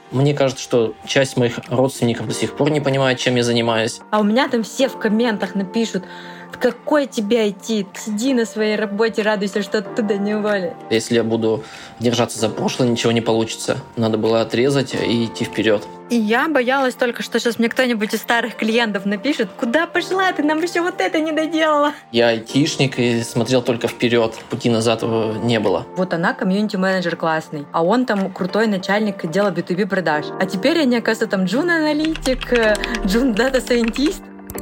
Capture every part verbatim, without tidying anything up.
Мне кажется, что часть моих родственников до сих пор не понимает, чем я занимаюсь. А у меня там все в комментах напишут: какой тебе ай ти? Сиди на своей работе, радуйся, что оттуда не уволят. Если я буду держаться за прошлое, ничего не получится. Надо было отрезать и идти вперед. И я боялась только, что сейчас мне кто-нибудь из старых клиентов напишет: куда пошла ты, нам еще вот это не доделала. Я айтишник и смотрел только вперед. Пути назад не было. Вот она комьюнити-менеджер классный, а он там крутой начальник отдела би ту би продаж. А теперь они, оказывается, там джун-аналитик, джун-дата-сайентист.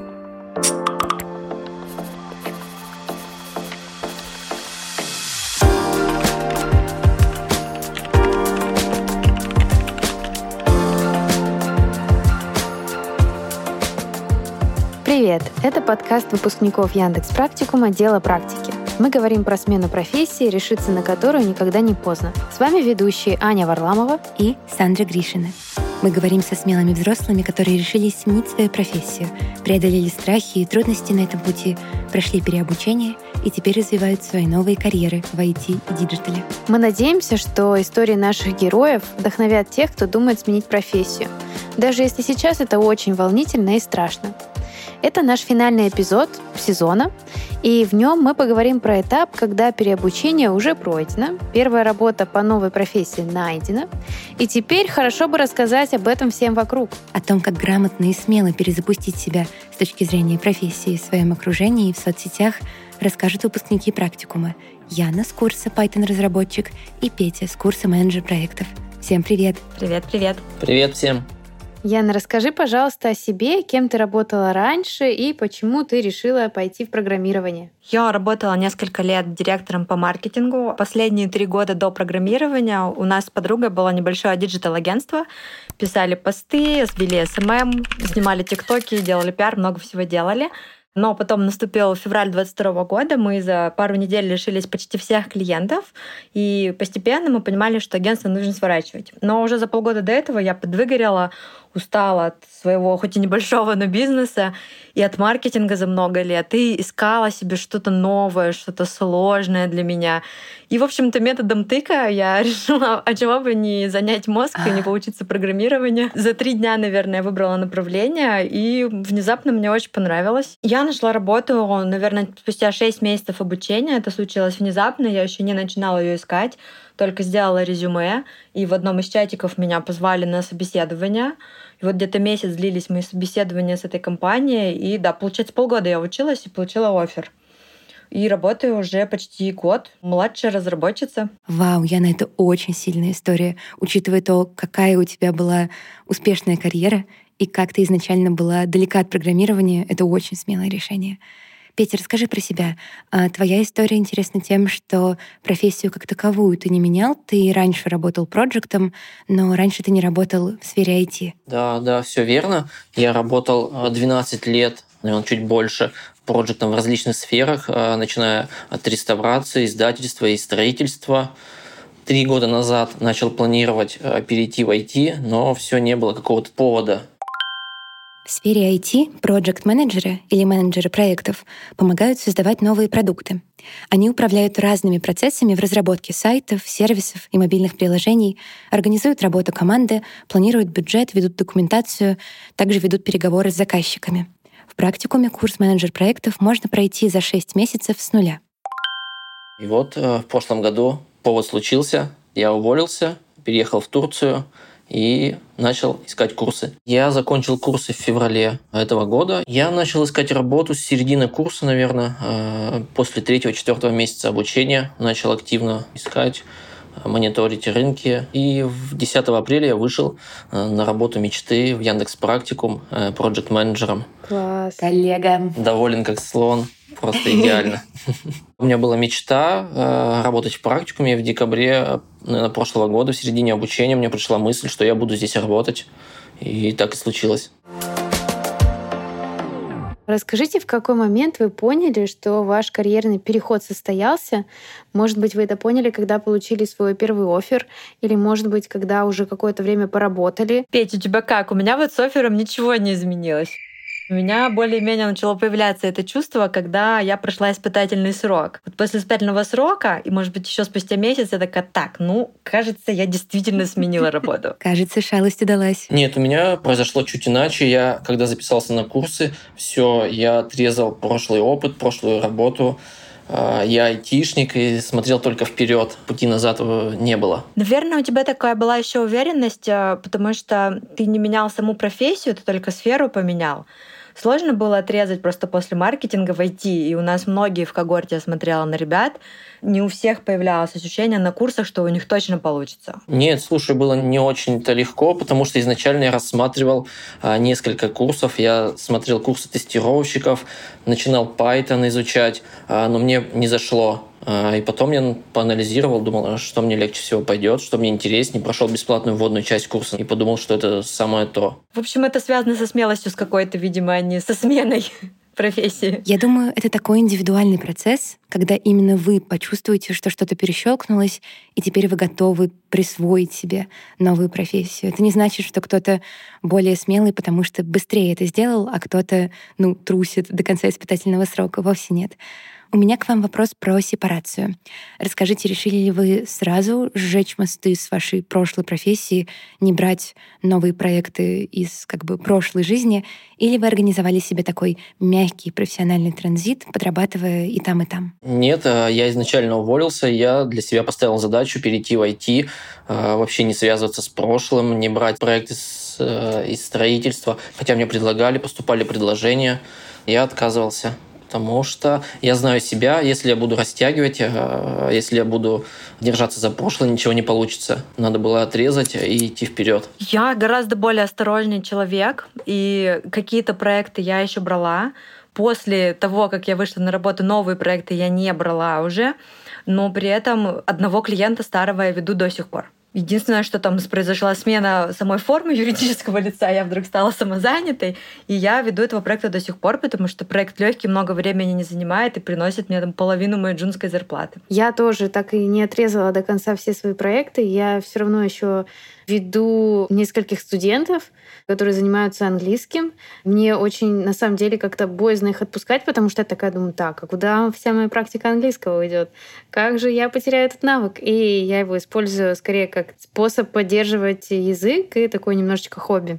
Привет! Это подкаст выпускников Яндекс.Практикума «Дело практики». Мы говорим про смену профессии, решиться на которую никогда не поздно. С вами ведущие Аня Варламова и Сандра Гришина. Мы говорим со смелыми взрослыми, которые решили сменить свою профессию, преодолели страхи и трудности на этом пути, прошли переобучение и теперь развивают свои новые карьеры в ай ти и диджитале. Мы надеемся, что истории наших героев вдохновят тех, кто думает сменить профессию, даже если сейчас это очень волнительно и страшно. Это наш финальный эпизод сезона, и в нем мы поговорим про этап, когда переобучение уже пройдено, первая работа по новой профессии найдена, и теперь хорошо бы рассказать об этом всем вокруг. О том, как грамотно и смело перезапустить себя с точки зрения профессии в своем окружении и в соцсетях, расскажут выпускники практикума Яна с курса Python-разработчик и Петя с курса менеджер проектов. Всем привет! Привет-привет! Привет всем! Яна, расскажи, пожалуйста, о себе, кем ты работала раньше и почему ты решила пойти в программирование. Я работала несколько лет директором по маркетингу. Последние три года до программирования у нас с подругой было небольшое диджитал-агентство. Писали посты, вели эс эм эм, снимали тиктоки, делали пиар, много всего делали. Но потом наступил февраль двадцать второго года, мы за пару недель лишились почти всех клиентов, и постепенно мы понимали, что агентство нужно сворачивать. Но уже за полгода до этого я подвыгорела, устала от своего, хоть и небольшого, но бизнеса, и от маркетинга за много лет, и искала себе что-то новое, что-то сложное для меня. И, в общем-то, методом тыка я решила, а чего бы не занять мозг и не поучиться программированию. За три дня, наверное, я выбрала направление, и внезапно мне очень понравилось. Я нашла работу, наверное, спустя шесть месяцев обучения. Это случилось внезапно, я еще не начинала ее искать, только сделала резюме, и в одном из чатиков меня позвали на собеседование. И вот где-то месяц длились мои собеседования с этой компанией, и да, получается, полгода я училась и получила оффер. И работаю уже почти год, младшая разработчица. Вау, Яна, это очень сильная история, учитывая то, какая у тебя была успешная карьера и как ты изначально была далека от программирования. Это очень смелое решение. Петя, расскажи про себя. Твоя история интересна тем, что профессию как таковую ты не менял. Ты раньше работал проектом, но раньше ты не работал в сфере ай ти. Да, да, все верно. Я работал двенадцать лет, наверное, чуть больше, проектом в различных сферах, начиная от реставрации, издательства и строительства. Три года назад начал планировать перейти в ай ти, но все не было какого-то повода. В сфере ай ти проект-менеджеры или менеджеры проектов помогают создавать новые продукты. Они управляют разными процессами в разработке сайтов, сервисов и мобильных приложений, организуют работу команды, планируют бюджет, ведут документацию, также ведут переговоры с заказчиками. В практикуме курс менеджер проектов можно пройти за шесть месяцев с нуля. И вот в прошлом году повод случился, я уволился, переехал в Турцию и начал искать курсы. Я закончил курсы в феврале этого года. Я начал искать работу с середины курса, наверное, после третьего-четвертого месяца обучения. Начал активно искать, мониторить рынки. И десятого апреля я вышел на работу мечты в Яндекс.Практикум проект-менеджером. Класс. Коллега. Доволен как слон. Просто идеально. У меня была мечта э, работать в практикуме. В декабре наверное, прошлого года, в середине обучения, мне пришла мысль, что я буду здесь работать. И так и случилось. Расскажите, в какой момент вы поняли, что ваш карьерный переход состоялся? Может быть, вы это поняли, когда получили свой первый оффер? Или, может быть, когда уже какое-то время поработали? Петя, у тебя как? У меня вот с оффером ничего не изменилось. У меня более-менее начало появляться это чувство, когда я прошла испытательный срок. Вот после испытательного срока, и, может быть, еще спустя месяц, я такая, так, ну, кажется, я действительно сменила работу. Кажется, шалость удалась. Нет, у меня произошло чуть иначе. Я, когда записался на курсы, все, я отрезал прошлый опыт, прошлую работу. Я айтишник и смотрел только вперед. Пути назад не было. Наверное, у тебя такая была еще уверенность, потому что ты не менял саму профессию, ты только сферу поменял. Сложно было отрезать просто после маркетинга войти. И у нас многие в когорте, я смотрела на ребят, не у всех появлялось ощущение на курсах, что у них точно получится. Нет, слушай, было не очень-то легко, потому что изначально я рассматривал а, несколько курсов. Я смотрел курсы тестировщиков, начинал Python изучать, а, но мне не зашло. И потом я поанализировал, думал, что мне легче всего пойдет, что мне интереснее. Прошел бесплатную вводную часть курса и подумал, что это самое то. В общем, это связано со смелостью с какой-то, видимо, а не со сменой профессии. Я думаю, это такой индивидуальный процесс, когда именно вы почувствуете, что что-то перещелкнулось, и теперь вы готовы присвоить себе новую профессию. Это не значит, что кто-то более смелый, потому что быстрее это сделал, а кто-то, ну, трусит до конца испытательного срока. Вовсе нет. У меня к вам вопрос про сепарацию. Расскажите, решили ли вы сразу сжечь мосты с вашей прошлой профессии, не брать новые проекты из как бы прошлой жизни, или вы организовали себе такой мягкий профессиональный транзит, подрабатывая и там, и там? Нет, я изначально уволился, я для себя поставил задачу перейти в ай ти, вообще не связываться с прошлым, не брать проекты с, из строительства, хотя мне предлагали, поступали предложения, я отказывался. Потому что я знаю себя, если я буду растягивать, если я буду держаться за прошлое, ничего не получится. Надо было отрезать и идти вперед. Я гораздо более осторожный человек, и какие-то проекты я еще брала. После того, как я вышла на работу, новые проекты я не брала уже, но при этом одного клиента старого я веду до сих пор. Единственное, что там произошла смена самой формы юридического лица, я вдруг стала самозанятой, и я веду этого проекта до сих пор, потому что проект легкий, много времени не занимает и приносит мне там половину моей джунской зарплаты. Я тоже так и не отрезала до конца все свои проекты. Я все равно еще веду нескольких студентов, которые занимаются английским. Мне очень, на самом деле, как-то боязно их отпускать, потому что я такая думаю, так, а куда вся моя практика английского уйдет? Как же я потеряю этот навык? И я его использую скорее как способ поддерживать язык и такое немножечко хобби.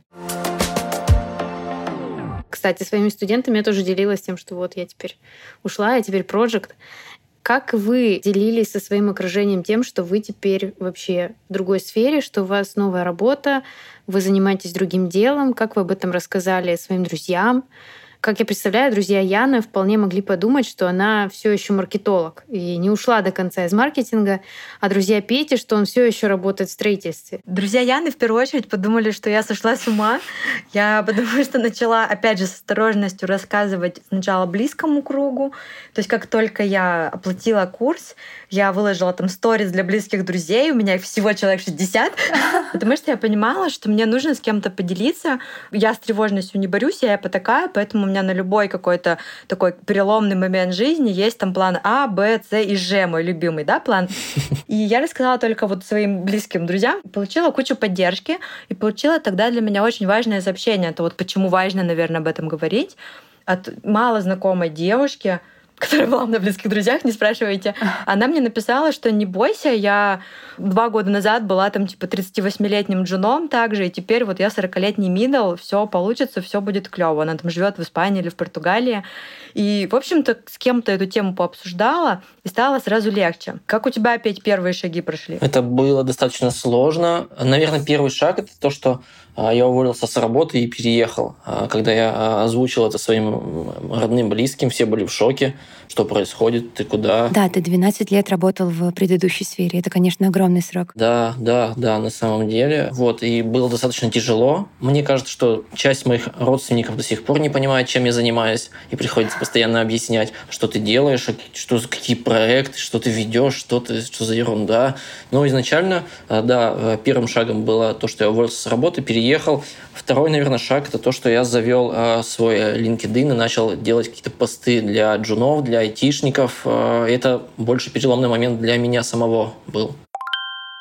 Кстати, своими студентами я тоже делилась тем, что вот я теперь ушла, я теперь проект. Как вы делились со своим окружением тем, что вы теперь вообще в другой сфере, что у вас новая работа, вы занимаетесь другим делом? Как вы об этом рассказали своим друзьям? Как я представляю, друзья Яны вполне могли подумать, что она все еще маркетолог и не ушла до конца из маркетинга, а друзья Пети, что он все еще работает в строительстве. Друзья Яны в первую очередь подумали, что я сошла с ума. Я потому что начала, опять же, с осторожностью рассказывать сначала близкому кругу. То есть как только я оплатила курс, я выложила там сторис для близких друзей, у меня их всего человек шестьдесят, потому что я понимала, что мне нужно с кем-то поделиться. Я с тревожностью не борюсь, я потакаю, поэтому у меня на любой какой-то такой переломный момент жизни есть там план А, Б, С и Ж, мой любимый, да, план. И я рассказала только вот своим близким друзьям, получила кучу поддержки, и получила тогда для меня очень важное сообщение. Это вот почему важно, наверное, об этом говорить. От малознакомой девушки, которая была на близких друзьях, не спрашивайте. Она мне написала, что не бойся, я два года назад была там типа тридцативосьмилетним джуном также, и теперь вот я сорокалетний мидл, все получится, все будет клево. Она там живет в Испании или в Португалии. И, в общем-то, с кем-то эту тему пообсуждала, и стало сразу легче. Как у тебя опять первые шаги прошли? Это было достаточно сложно. Наверное, первый шаг — это то, что я уволился с работы и переехал. Когда я озвучил это своим родным, близким, все были в шоке, что происходит, ты куда. Да, ты двенадцать лет работал в предыдущей сфере. Это, конечно, огромный срок. Да, да, да, на самом деле. Вот, и было достаточно тяжело. Мне кажется, что часть моих родственников до сих пор не понимает, чем я занимаюсь, и приходится постоянно объяснять, что ты делаешь, что, какие проекты, что ты ведешь, что, ты, что за ерунда. Но изначально, да, первым шагом было то, что я уволился с работы, переехал. Второй, наверное, шаг — это то, что я завел э, свой LinkedIn и начал делать какие-то посты для джунов, для айтишников. Э, это больше переломный момент для меня самого был.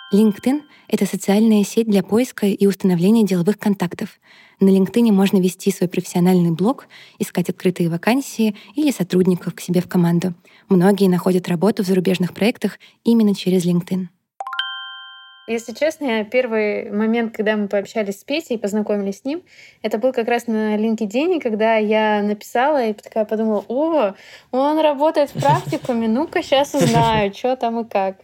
LinkedIn — это социальная сеть для поиска и установления деловых контактов. На LinkedIn можно вести свой профессиональный блог, искать открытые вакансии или сотрудников к себе в команду. Многие находят работу в зарубежных проектах именно через LinkedIn. Если честно, первый момент, когда мы пообщались с Петей и познакомились с ним, это был как раз на LinkedIn, когда я написала и такая подумала: о, он работает в практикуме, ну-ка сейчас узнаю, что там и как.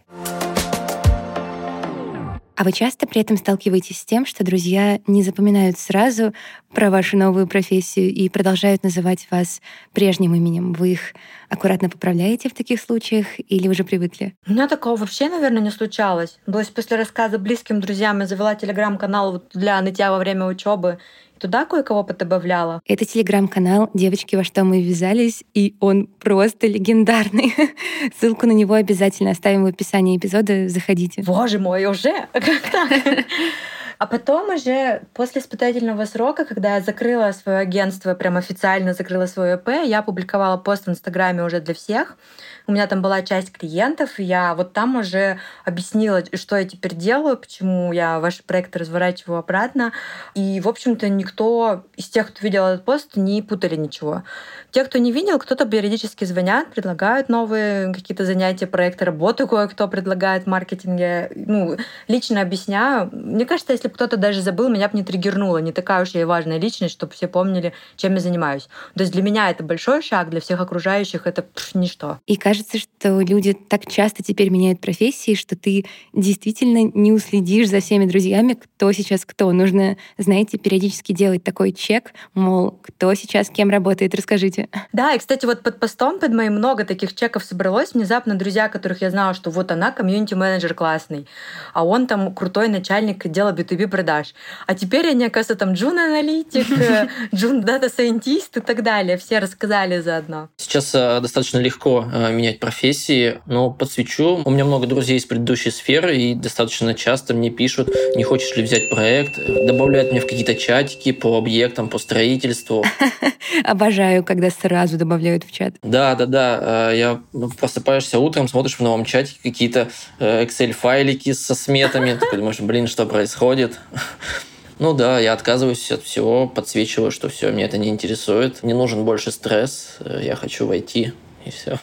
А вы часто при этом сталкиваетесь с тем, что друзья не запоминают сразу про вашу новую профессию и продолжают называть вас прежним именем? Вы их аккуратно поправляете в таких случаях или уже привыкли? У меня такого вообще, наверное, не случалось. То есть после рассказа близким друзьям я завела телеграм-канал для нытья во время учебы. Туда кое-кого подобавляла. Это телеграм-канал «Девочки, во что мы ввязались», и он просто легендарный. Ссылку на него обязательно оставим в описании эпизода. Заходите. Боже мой, уже? Как так? А потом уже после испытательного срока, когда я закрыла свое агентство, прям официально закрыла свое ИП, я публиковала пост в Инстаграме уже для всех. У меня там была часть клиентов, и я вот там уже объяснила, что я теперь делаю, почему я ваши проекты разворачиваю обратно. И, в общем-то, никто из тех, кто видел этот пост, не путали ничего. Те, кто не видел, кто-то периодически звонят, предлагают новые какие-то занятия, проекты, работу кое-кто предлагает в маркетинге. Ну, лично объясняю. Мне кажется, если бы кто-то даже забыл, меня бы не триггернуло. Не такая уж я и важная личность, чтобы все помнили, чем я занимаюсь. То есть для меня это большой шаг, для всех окружающих это пф, ничто. И кажется, что люди так часто теперь меняют профессии, что ты действительно не уследишь за всеми друзьями, кто сейчас кто. Нужно, знаете, периодически делать такой чек, мол, кто сейчас кем работает, расскажите. Да, и, кстати, вот под постом, под моим много таких чеков собралось. Внезапно друзья, которых я знала, что вот она комьюнити-менеджер классный, а он там крутой начальник отдела би ту би продаж. А теперь они, оказывается, там джун-аналитик, джун-дата-сайентист и так далее. Все рассказали заодно. Сейчас достаточно легко менять профессии, но подсвечу. У меня много друзей из предыдущей сферы, и достаточно часто мне пишут: не хочешь ли взять проект, добавляют меня в какие-то чатики по объектам, по строительству. Обожаю, когда сразу добавляют в чат. Да, да, да. Я просыпаешься утром, смотришь в новом чате какие-то Excel-файлики со сметами. Ты думаешь, блин, что происходит? Ну да, я отказываюсь от всего, подсвечиваю, что все, меня это не интересует. Не нужен больше стресс, я хочу войти, и все.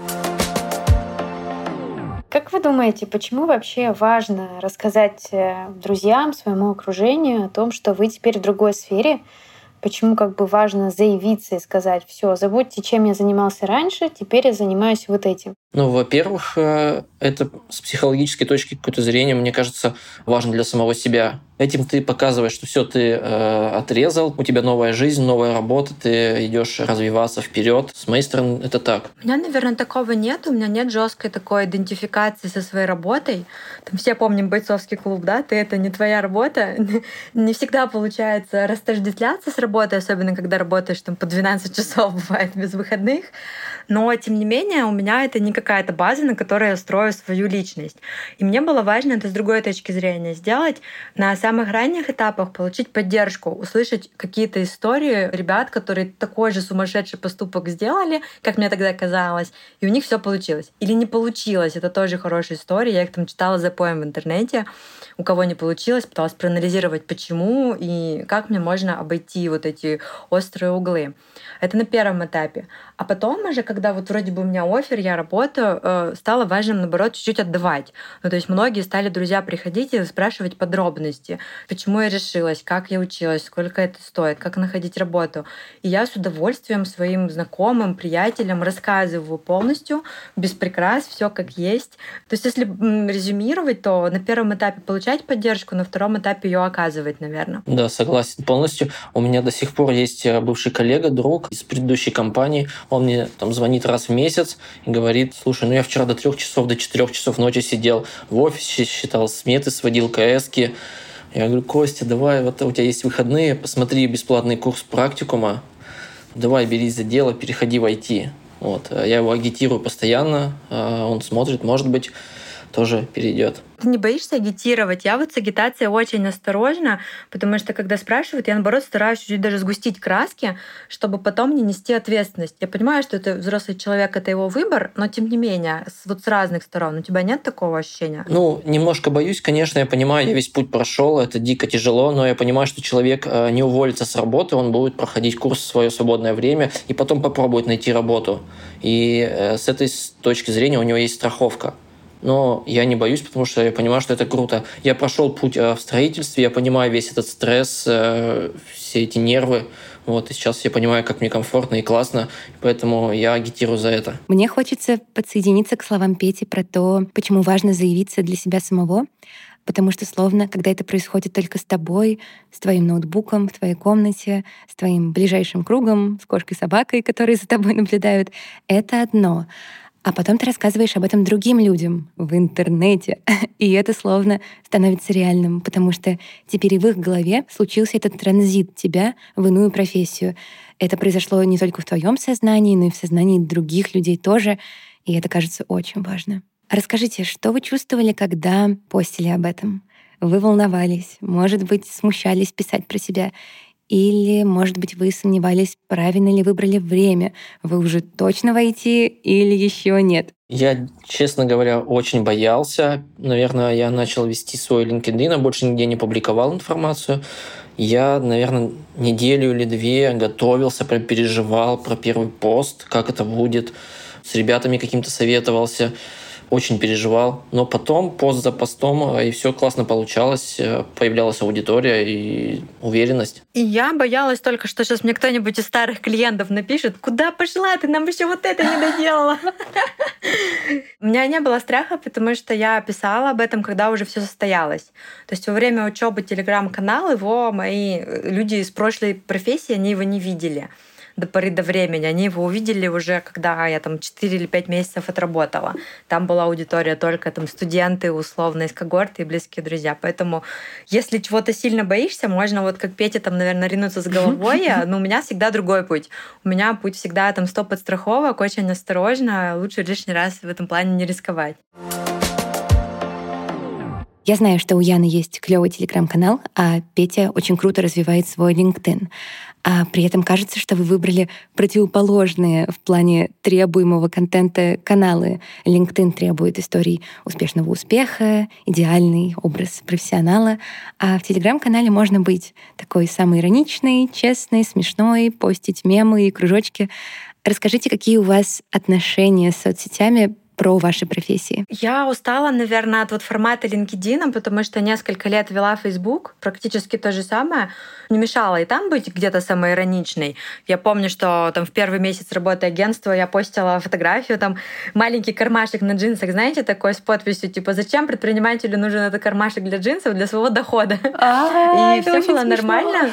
Как вы думаете, почему вообще важно рассказать друзьям, своему окружению о том, что вы теперь в другой сфере? Почему как бы важно заявиться и сказать: все, забудьте, чем я занимался раньше, теперь я занимаюсь вот этим? Ну, во-первых, это с психологической точки какой-то зрения, мне кажется, важно для самого себя. Этим ты показываешь, что все ты э, отрезал, у тебя новая жизнь, новая работа, ты идешь развиваться вперед. С моей стороны, это так. У меня, наверное, такого нет. У меня нет жесткой такой идентификации со своей работой. Там все помним бойцовский клуб, да? Ты — это не твоя работа. Не всегда получается растождествляться с работой, особенно когда работаешь там по двенадцать часов, бывает, без выходных. Но, тем не менее, у меня это не какая-то база, на которой я строю свою личность. И мне было важно это с другой точки зрения сделать. На самых ранних этапах получить поддержку, услышать какие-то истории ребят, которые такой же сумасшедший поступок сделали, как мне тогда казалось, и у них все получилось. Или не получилось. Это тоже хорошая история. Я их там читала запоем в интернете. У кого не получилось, пыталась проанализировать, почему и как мне можно обойти вот эти острые углы. Это на первом этапе. А потом уже, когда вот вроде бы у меня оффер, я работаю, стало важным, наоборот, чуть-чуть отдавать. Ну, то есть многие стали друзья приходить и спрашивать подробности. Почему я решилась, как я училась, сколько это стоит, как находить работу. И я с удовольствием своим знакомым, приятелям рассказываю полностью, без прикрас, все как есть. То есть если резюмировать, то на первом этапе получать поддержку, на втором этапе ее оказывать, наверное. Да, согласен полностью. У меня до сих пор есть бывший коллега, друг из предыдущей компании. Он мне там звонит раз в месяц и говорит: слушай, ну я вчера до трех часов, до четырех часов ночи сидел в офисе, считал сметы, сводил КСки. Я говорю: Костя, давай, вот у тебя есть выходные, посмотри бесплатный курс практикума, давай берись за дело, переходи в ай ти. Вот. Я его агитирую постоянно, он смотрит, может быть, тоже перейдет. Ты не боишься агитировать? Я вот с агитацией очень осторожна, потому что когда спрашивают, я наоборот стараюсь чуть-чуть даже сгустить краски, чтобы потом не нести ответственность. Я понимаю, что это взрослый человек, это его выбор, но тем не менее, с, вот с разных сторон. У тебя нет такого ощущения? Ну, немножко боюсь, конечно, я понимаю, я весь путь прошел, это дико тяжело, но я понимаю, что человек не уволится с работы, он будет проходить курс в свое свободное время и потом попробует найти работу. И с этой точки зрения у него есть страховка. Но я не боюсь, потому что я понимаю, что это круто. Я прошел путь в строительстве, я понимаю весь этот стресс, все эти нервы. Вот, и сейчас я понимаю, как мне комфортно и классно, поэтому я агитирую за это. Мне хочется подсоединиться к словам Пети про то, почему важно заявиться для себя самого, потому что словно, когда это происходит только с тобой, с твоим ноутбуком, в твоей комнате, с твоим ближайшим кругом, с кошкой-собакой, которые за тобой наблюдают, это одно. А потом ты рассказываешь об этом другим людям в интернете. И это словно становится реальным, потому что теперь и в их голове случился этот транзит тебя в иную профессию. Это произошло не только в твоем сознании, но и в сознании других людей тоже. И это кажется очень важно. Расскажите, что вы чувствовали, когда постили об этом? Вы волновались, может быть, смущались писать про себя? Или, может быть, вы сомневались, правильно ли выбрали время? Вы уже точно в ай ти или еще нет? Я, честно говоря, очень боялся. Наверное, я начал вести свой LinkedIn, а больше нигде не публиковал информацию. Я, наверное, неделю или две готовился, прям переживал про первый пост, как это будет. С ребятами каким-то советовался. Очень переживал, но потом пост за постом, и все классно получалось, появлялась аудитория и уверенность. И я боялась только, что сейчас мне кто-нибудь из старых клиентов напишет: куда пошла ты, нам еще вот это не доделала. У меня не было страха, потому что я писала об этом, когда уже все состоялось. То есть во время учебы телеграм-канал его мои люди из прошлой профессии, они его не видели до поры до времени. Они его увидели уже, когда я там четыре или пять месяцев отработала. Там была аудитория только там студенты, условно, из когорты и близкие друзья. Поэтому если чего-то сильно боишься, можно вот как Петя там, наверное, ринуться с головой, но у меня всегда другой путь. У меня путь всегда там сто подстраховок, очень осторожно, лучше лишний раз в этом плане не рисковать. Я знаю, что у Яны есть клевый телеграм-канал, а Петя очень круто развивает свой LinkedIn. А при этом кажется, что вы выбрали противоположные в плане требуемого контента каналы. LinkedIn требует историй успешного успеха, идеальный образ профессионала, а в телеграм-канале можно быть такой самый ироничный, честный, смешной, постить мемы и кружочки. Расскажите, какие у вас отношения с соцсетями про ваши профессии? Я устала, наверное, от вот формата LinkedIn, потому что несколько лет вела Facebook, практически то же самое. Не мешало и там быть где-то самоироничной. Я помню, что там в первый месяц работы агентства я постила фотографию, там маленький кармашек на джинсах, знаете, такой с подписью, типа, зачем предпринимателю нужен этот кармашек для джинсов, для своего дохода. И все было нормально.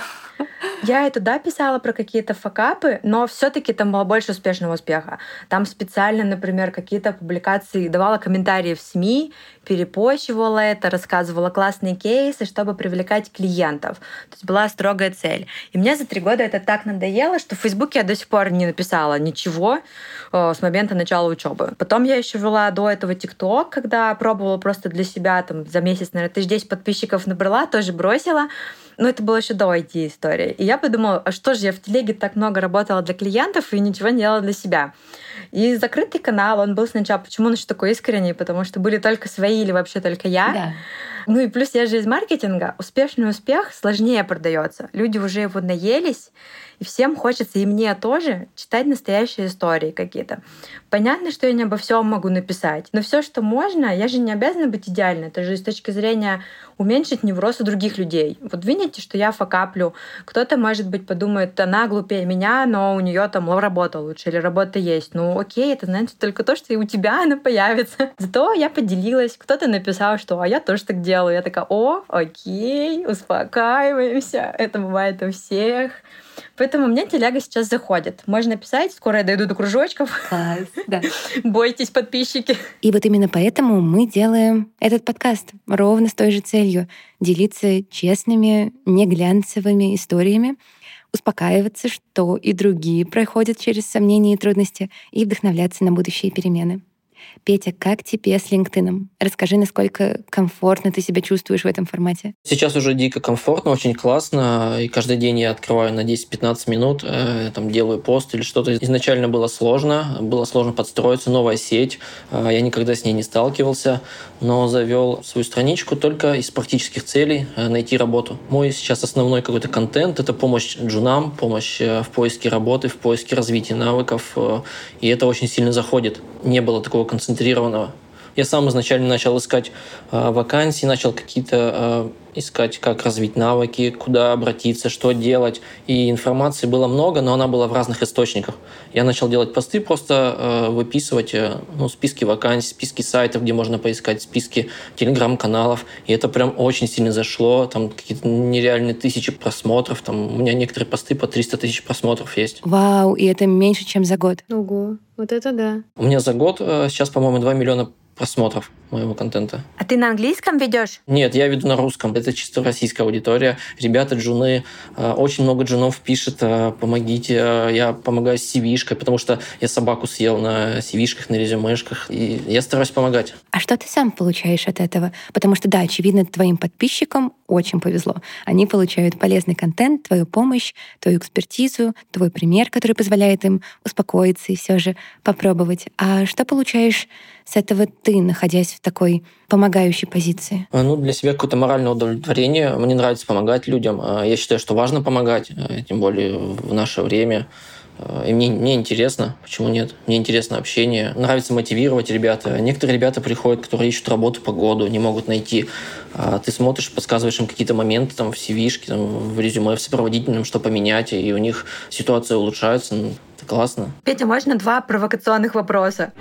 Я и туда писала про какие-то факапы, но все-таки там было больше успешного успеха. Там специально, например, какие-то публикации давала комментарии в СМИ, перепощивала это, рассказывала классные кейсы, чтобы привлекать клиентов. То есть была строгая цель. И мне за три года это так надоело, что в Фейсбуке я до сих пор не написала ничего с момента начала учебы. Потом я еще вела до этого ТикТок, когда пробовала просто для себя там за месяц, наверное, тысяч десять подписчиков набрала, тоже бросила. Но это было еще до ай ти-истории. И я подумала, а что же, я в телеге так много работала для клиентов и ничего не делала для себя. И закрытый канал, он был сначала, почему он еще такой искренний? Потому что были только свои или вообще только я. Да. Ну и плюс я же из маркетинга. Успешный успех сложнее продается. Люди уже его наелись, и всем хочется, и мне тоже, читать настоящие истории какие-то. Понятно, что я не обо всем могу написать, но все, что можно, я же не обязана быть идеальной. Это же с точки зрения уменьшить невроз у других людей. Вот видите, что я факаплю. Кто-то, может быть, подумает, она глупее меня, но у нее там работа лучше или работа есть. Ну окей, это значит только то, что и у тебя она появится. Зато я поделилась. Кто-то написал, что а я тоже так делаю. Я такая, о, окей, успокаиваемся. Это бывает у всех. Поэтому мне телега сейчас заходит. Можно писать, скоро я дойду до кружочков. Класс, да. Бойтесь, подписчики. И вот именно поэтому мы делаем этот подкаст ровно с той же целью — делиться честными, не глянцевыми историями, успокаиваться, что и другие проходят через сомнения и трудности, и вдохновляться на будущие перемены. Петя, как тебе с LinkedIn? Расскажи, насколько комфортно ты себя чувствуешь в этом формате. Сейчас уже дико комфортно, очень классно. И каждый день я открываю на десять-пятнадцать минут, э, там делаю пост или что-то. Изначально было сложно, было сложно подстроиться, новая сеть. Э, я никогда с ней не сталкивался, но завел свою страничку только из практических целей э, найти работу. Мой сейчас основной какой-то контент — это помощь джунам, помощь э, в поиске работы, в поиске развития навыков. Э, и это очень сильно заходит. Не было такого концентрированного. Я сам изначально начал искать э, вакансии, начал какие-то э, искать, как развить навыки, куда обратиться, что делать. И информации было много, но она была в разных источниках. Я начал делать посты, просто э, выписывать э, ну, списки вакансий, списки сайтов, где можно поискать, списки телеграм-каналов. И это прям очень сильно зашло. Там какие-то нереальные тысячи просмотров. Там у меня некоторые посты по триста тысяч просмотров есть. Вау, и это меньше, чем за год. Ого, вот это да. У меня за год э, сейчас, по-моему, два миллиона просмотров моего контента. А ты на английском ведешь? Нет, я веду на русском. Это чисто российская аудитория. Ребята, джуны, очень много джунов пишет: помогите, я помогаю с си ви-шкой, потому что я собаку съел на си ви-шках, на резюмешках, и я стараюсь помогать. А что ты сам получаешь от этого? Потому что, да, очевидно, твоим подписчикам очень повезло. Они получают полезный контент, твою помощь, твою экспертизу, твой пример, который позволяет им успокоиться и все же попробовать. А что получаешь с этого ты, находясь в такой помогающей позиции? Ну, для себя какое-то моральное удовлетворение. Мне нравится помогать людям. Я считаю, что важно помогать, тем более в наше время. И мне, мне интересно, почему нет? Мне интересно общение. Нравится мотивировать ребят. Некоторые ребята приходят, которые ищут работу по году, не могут найти. Ты смотришь, подсказываешь им какие-то моменты там, в си ви-шке, там, в резюме, в сопроводительном, что поменять, и у них ситуация улучшается. Это классно. Петя, можно два провокационных вопроса?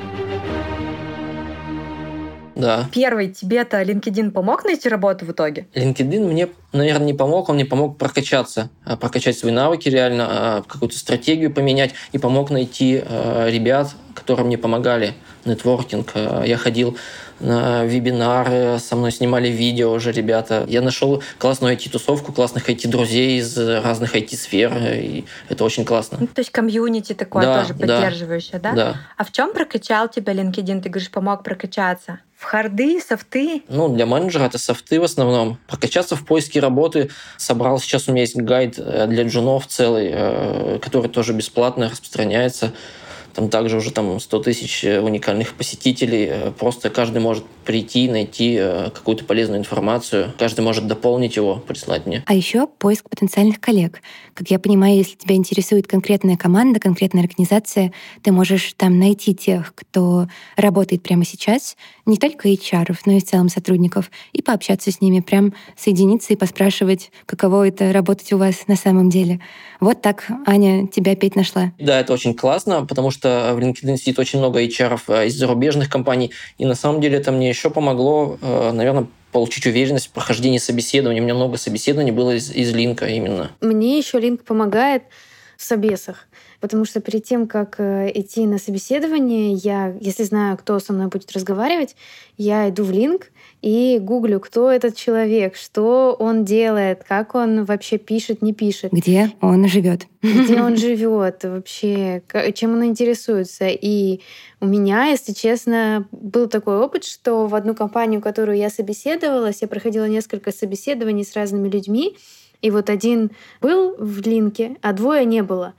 Да. Первый, тебе-то LinkedIn помог найти работу в итоге? LinkedIn мне, наверное, не помог, он мне помог прокачаться, прокачать свои навыки реально, какую-то стратегию поменять, и помог найти ребят, которые мне помогали. Нетворкинг. Я ходил на вебинары, со мной снимали видео уже ребята. Я нашел классную ай ти-тусовку, классных ай ти-друзей из разных ай ти-сфер, и это очень классно. Ну, то есть комьюнити такое да, тоже поддерживающее, да? Да. А в чем прокачал тебя LinkedIn? Ты говоришь, помог прокачаться? В харды, софты? Ну, для менеджера это софты в основном. Прокачаться в поиске работы. Собрал, сейчас у меня есть гайд для джунов целый, который тоже бесплатно распространяется. Там также уже там сто тысяч уникальных посетителей. Просто каждый может прийти, найти какую-то полезную информацию. Каждый может дополнить его, прислать мне. А еще поиск потенциальных коллег. Как я понимаю, если тебя интересует конкретная команда, конкретная организация, ты можешь там найти тех, кто работает прямо сейчас, не только эйч ар, но и в целом сотрудников, и пообщаться с ними, прям соединиться и поспрашивать, каково это работать у вас на самом деле. Вот так Аня тебя опять нашла. Да, это очень классно, потому что в LinkedIn сидит очень много эйч ар из зарубежных компаний, и на самом деле это мне еще помогло, наверное, получить уверенность в прохождении собеседований. У меня много собеседований было из, из Линка именно. Мне еще Линк помогает в собесах. Потому что перед тем, как идти на собеседование, я, если знаю, кто со мной будет разговаривать, я иду в Линк и гуглю, кто этот человек, что он делает, как он вообще пишет, не пишет. Где он живет. Где он живет вообще, чем он интересуется. И у меня, если честно, был такой опыт, что в одну компанию, которую я собеседовалась, я проходила несколько собеседований с разными людьми, и вот один был в Линке, а двое не было.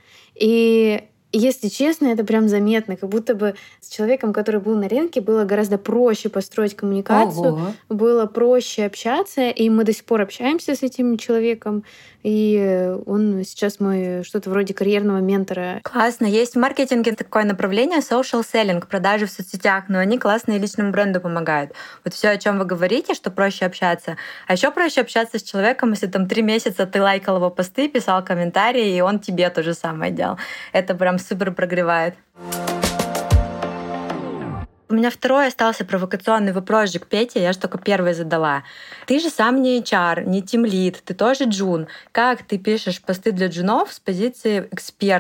И если честно, это прям заметно, как будто бы с человеком, который был на рынке, было гораздо проще построить коммуникацию, Ого. было проще общаться, и мы до сих пор общаемся с этим человеком, и он сейчас мой что-то вроде карьерного ментора. Классно. Есть в маркетинге такое направление social selling, продажи в соцсетях, но они классные личному бренду помогают. Вот все, о чем вы говорите, что проще общаться. А еще проще общаться с человеком, если там три месяца ты лайкал его посты, писал комментарии, и он тебе то же самое делал. Это прям супер прогревает. У меня второй остался провокационный вопрос к Пете, я же только первый задала. Ты же сам не эйч ар, не тимлид, ты тоже джун. Как ты пишешь посты для джунов с позиции эксперта?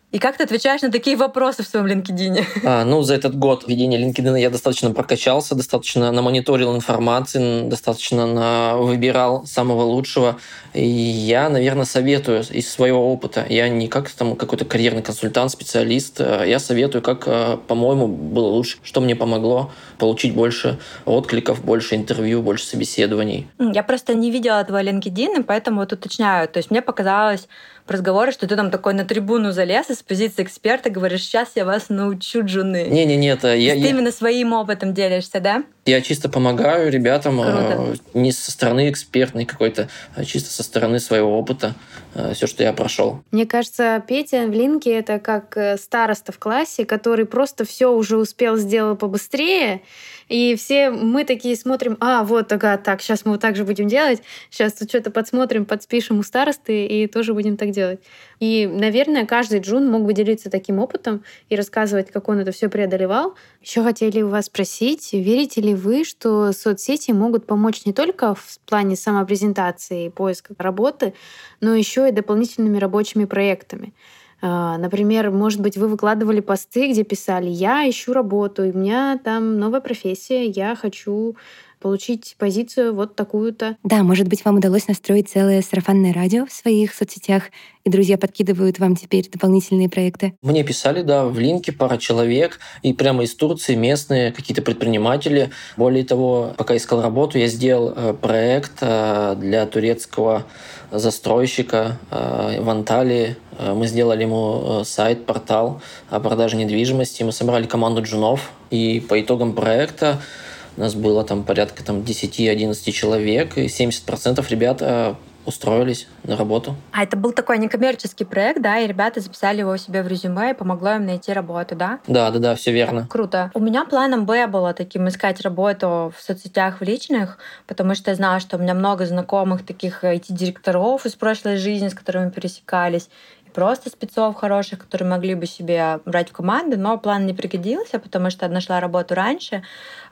И как ты отвечаешь на такие вопросы в своем LinkedIn? А, ну, за этот год ведения LinkedIn я достаточно прокачался, достаточно намониторил информации, достаточно на... выбирал самого лучшего. И я, наверное, советую из своего опыта. Я не как там какой-то карьерный консультант, специалист. Я советую, как, по-моему, было лучше, что мне помогло получить больше откликов, больше интервью, больше собеседований. Я просто не видела твой LinkedIn, и поэтому вот уточняю. То есть мне показалось в разговоре, что ты там такой на трибуну залез и с позиции эксперта говоришь, сейчас я вас научу джуны. Не-не-не, это я... Ты я... именно своим опытом делишься, да? Я чисто помогаю ребятам. Круто. Не со стороны экспертной какой-то, а чисто со стороны своего опыта, все, что я прошел. Мне кажется, Петя в Линке — это как староста в классе, который просто все уже успел, сделал побыстрее, и все мы такие смотрим, а, вот, ага, так, сейчас мы вот так же будем делать, сейчас тут что-то подсмотрим, подспишем у старосты и тоже будем так делать. И, наверное, каждый джун мог бы делиться таким опытом и рассказывать, как он это все преодолевал. Еще хотели у вас спросить, верите ли вы, что соцсети могут помочь не только в плане самопрезентации и поиска работы, но еще и дополнительными рабочими проектами? Например, может быть, вы выкладывали посты, где писали: «Я ищу работу, у меня там новая профессия, я хочу получить позицию вот такую-то». Да, может быть, вам удалось настроить целое сарафанное радио в своих соцсетях, и друзья подкидывают вам теперь дополнительные проекты. Мне писали, да, в Линке пара человек, и прямо из Турции местные какие-то предприниматели. Более того, пока искал работу, я сделал проект для турецкого застройщика в Анталии. Мы сделали ему сайт, портал о продаже недвижимости. Мы собрали команду джунов, и по итогам проекта у нас было там порядка там, десять-одиннадцать человек, и семьдесят процентов ребят устроились на работу. А это был такой некоммерческий проект, да, и ребята записали его себе в резюме и помогло им найти работу, да? Да, да, да, все верно. Круто. У меня планом Б было таким искать работу в соцсетях в личных, потому что я знала, что у меня много знакомых таких ай ти-директоров из прошлой жизни, с которыми пересекались, и просто спецов хороших, которые могли бы себе брать в команду, но план не пригодился, потому что я нашла работу раньше.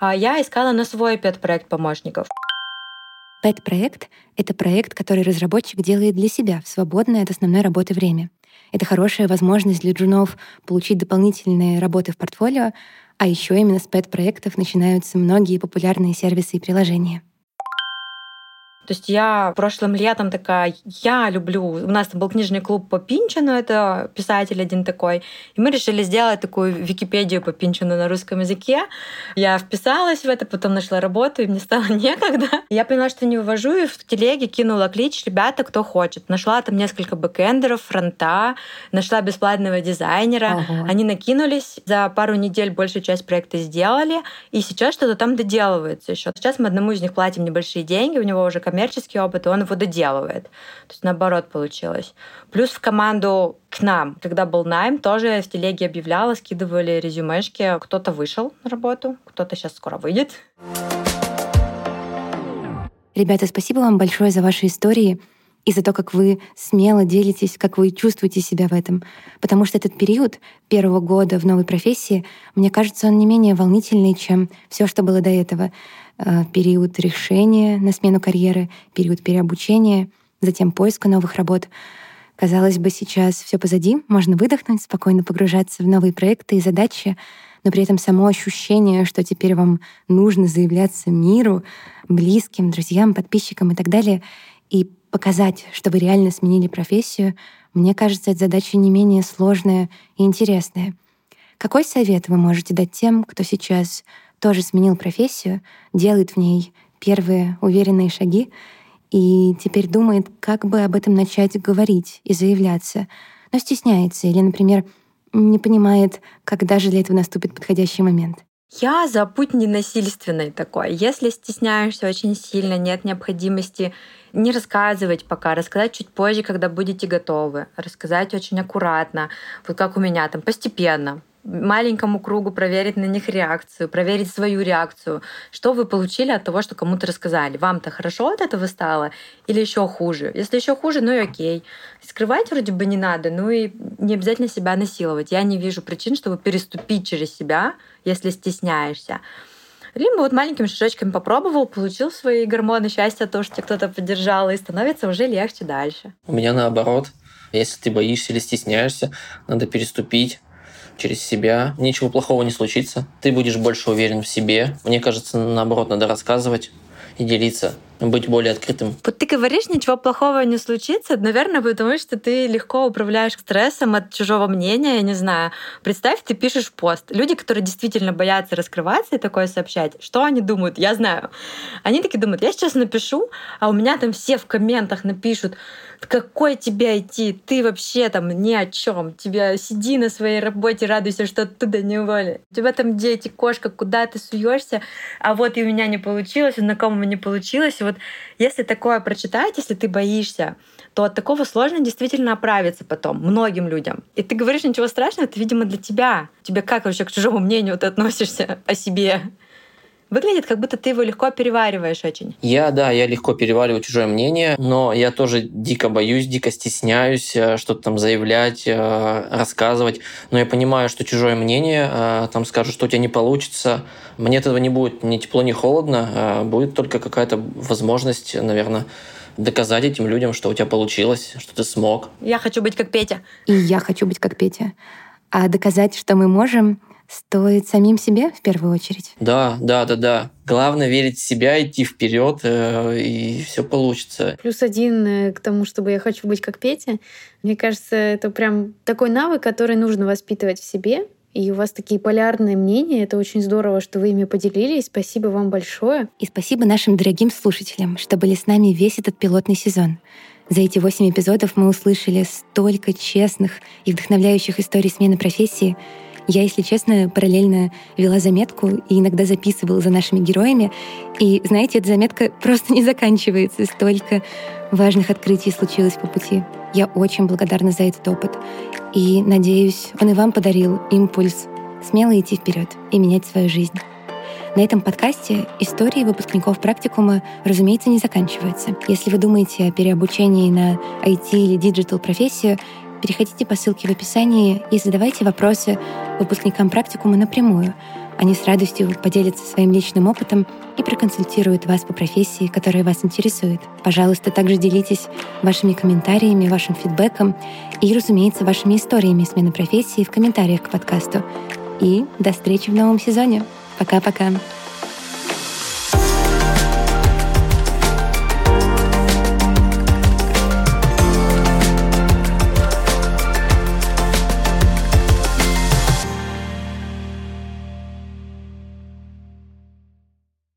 Я искала на свой пет-проект помощников. Пэт-проект — это проект, который разработчик делает для себя в свободное от основной работы время. Это хорошая возможность для джунов получить дополнительные работы в портфолио, а еще именно с пэт-проектов начинаются многие популярные сервисы и приложения. То есть я прошлым летом такая, я люблю... У нас там был книжный клуб по Пинчину, это писатель один такой. И мы решили сделать такую Википедию по Пинчину на русском языке. Я вписалась в это, потом нашла работу, и мне стало некогда. Я поняла, что не вывожу, и в телеге кинула клич: ребята, кто хочет. Нашла там несколько бэкэндеров, фронта, нашла бесплатного дизайнера. Ага. Они накинулись, за пару недель большую часть проекта сделали, и сейчас что-то там доделывается еще. Сейчас мы одному из них платим небольшие деньги, у него уже коммерческий опыт, и он его доделывает. То есть наоборот получилось. Плюс в команду к нам, когда был найм, тоже в телеге объявляла, скидывали резюмешки. Кто-то вышел на работу, кто-то сейчас скоро выйдет. Ребята, спасибо вам большое за ваши истории и за то, как вы смело делитесь, как вы чувствуете себя в этом. Потому что этот период первого года в новой профессии, мне кажется, он не менее волнительный, чем все, что было до этого. Период решения на смену карьеры, период переобучения, затем поиска новых работ. Казалось бы, сейчас все позади, можно выдохнуть, спокойно погружаться в новые проекты и задачи, но при этом само ощущение, что теперь вам нужно заявляться миру, близким, друзьям, подписчикам и так далее, и показать, что вы реально сменили профессию, мне кажется, эта задача не менее сложная и интересная. Какой совет вы можете дать тем, кто сейчас тоже сменил профессию, делает в ней первые уверенные шаги и теперь думает, как бы об этом начать говорить и заявляться, но стесняется или, например, не понимает, когда же для этого наступит подходящий момент? Я за путь ненасильственный такой. Если стесняешься очень сильно, нет необходимости не рассказывать пока, рассказать чуть позже, когда будете готовы, рассказать очень аккуратно, вот как у меня там, постепенно, маленькому кругу проверить на них реакцию, проверить свою реакцию. Что вы получили от того, что кому-то рассказали? Вам-то хорошо от этого стало или еще хуже? Если еще хуже, ну и окей. Скрывать вроде бы не надо, ну и не обязательно себя насиловать. Я не вижу причин, чтобы переступить через себя, если стесняешься. Либо вот маленькими шажочками попробовал, получил свои гормоны счастья, то, что тебя кто-то поддержал, и становится уже легче дальше. У меня наоборот. Если ты боишься или стесняешься, надо переступить через себя. Ничего плохого не случится. Ты будешь больше уверен в себе. Мне кажется, наоборот, надо рассказывать и делиться, быть более открытым. Вот ты говоришь, ничего плохого не случится, наверное, потому что ты легко управляешь стрессом от чужого мнения, я не знаю. Представь, ты пишешь пост. Люди, которые действительно боятся раскрываться и такое сообщать, что они думают? Я знаю. Они такие думают, я сейчас напишу, а у меня там все в комментах напишут, какой тебе идти, ты вообще там ни о чем. Тебя сиди на своей работе, радуйся, что оттуда не уволили. У тебя там дети, кошка, куда ты суешься, а вот и у меня не получилось, у знакомого не получилось. И вот если такое прочитать, если ты боишься, то от такого сложно действительно оправиться потом многим людям. И ты говоришь, ничего страшного, это, видимо, для тебя. Тебе как вообще к чужому мнению ты относишься о себе? Выглядит, как будто ты его легко перевариваешь очень. Я, да, я легко перевариваю чужое мнение, но я тоже дико боюсь, дико стесняюсь что-то там заявлять, рассказывать. Но я понимаю, что чужое мнение, там скажут, что у тебя не получится. Мне этого не будет ни тепло, ни холодно. Будет только какая-то возможность, наверное, доказать этим людям, что у тебя получилось, что ты смог. Я хочу быть как Петя. И я хочу быть как Петя. А доказать, что мы можем, стоит самим себе в первую очередь. Да, да, да, да. Главное верить в себя, идти вперед, и все получится. Плюс один к тому, чтобы я хочу быть как Петя. Мне кажется, это прям такой навык, который нужно воспитывать в себе. И у вас такие полярные мнения. Это очень здорово, что вы ими поделились. Спасибо вам большое. И спасибо нашим дорогим слушателям, что были с нами весь этот пилотный сезон. За эти восемь эпизодов мы услышали столько честных и вдохновляющих историй смены профессии. Я, если честно, параллельно вела заметку и иногда записывала за нашими героями. И, знаете, эта заметка просто не заканчивается. Столько важных открытий случилось по пути. Я очень благодарна за этот опыт. И, надеюсь, он и вам подарил импульс смело идти вперед и менять свою жизнь. На этом подкасте истории выпускников практикума, разумеется, не заканчиваются. Если вы думаете о переобучении на ай ти или диджитал-профессию, переходите по ссылке в описании и задавайте вопросы выпускникам практикума напрямую. Они с радостью поделятся своим личным опытом и проконсультируют вас по профессии, которая вас интересует. Пожалуйста, также делитесь вашими комментариями, вашим фидбэком и, разумеется, вашими историями смены профессии в комментариях к подкасту. И до встречи в новом сезоне. Пока-пока.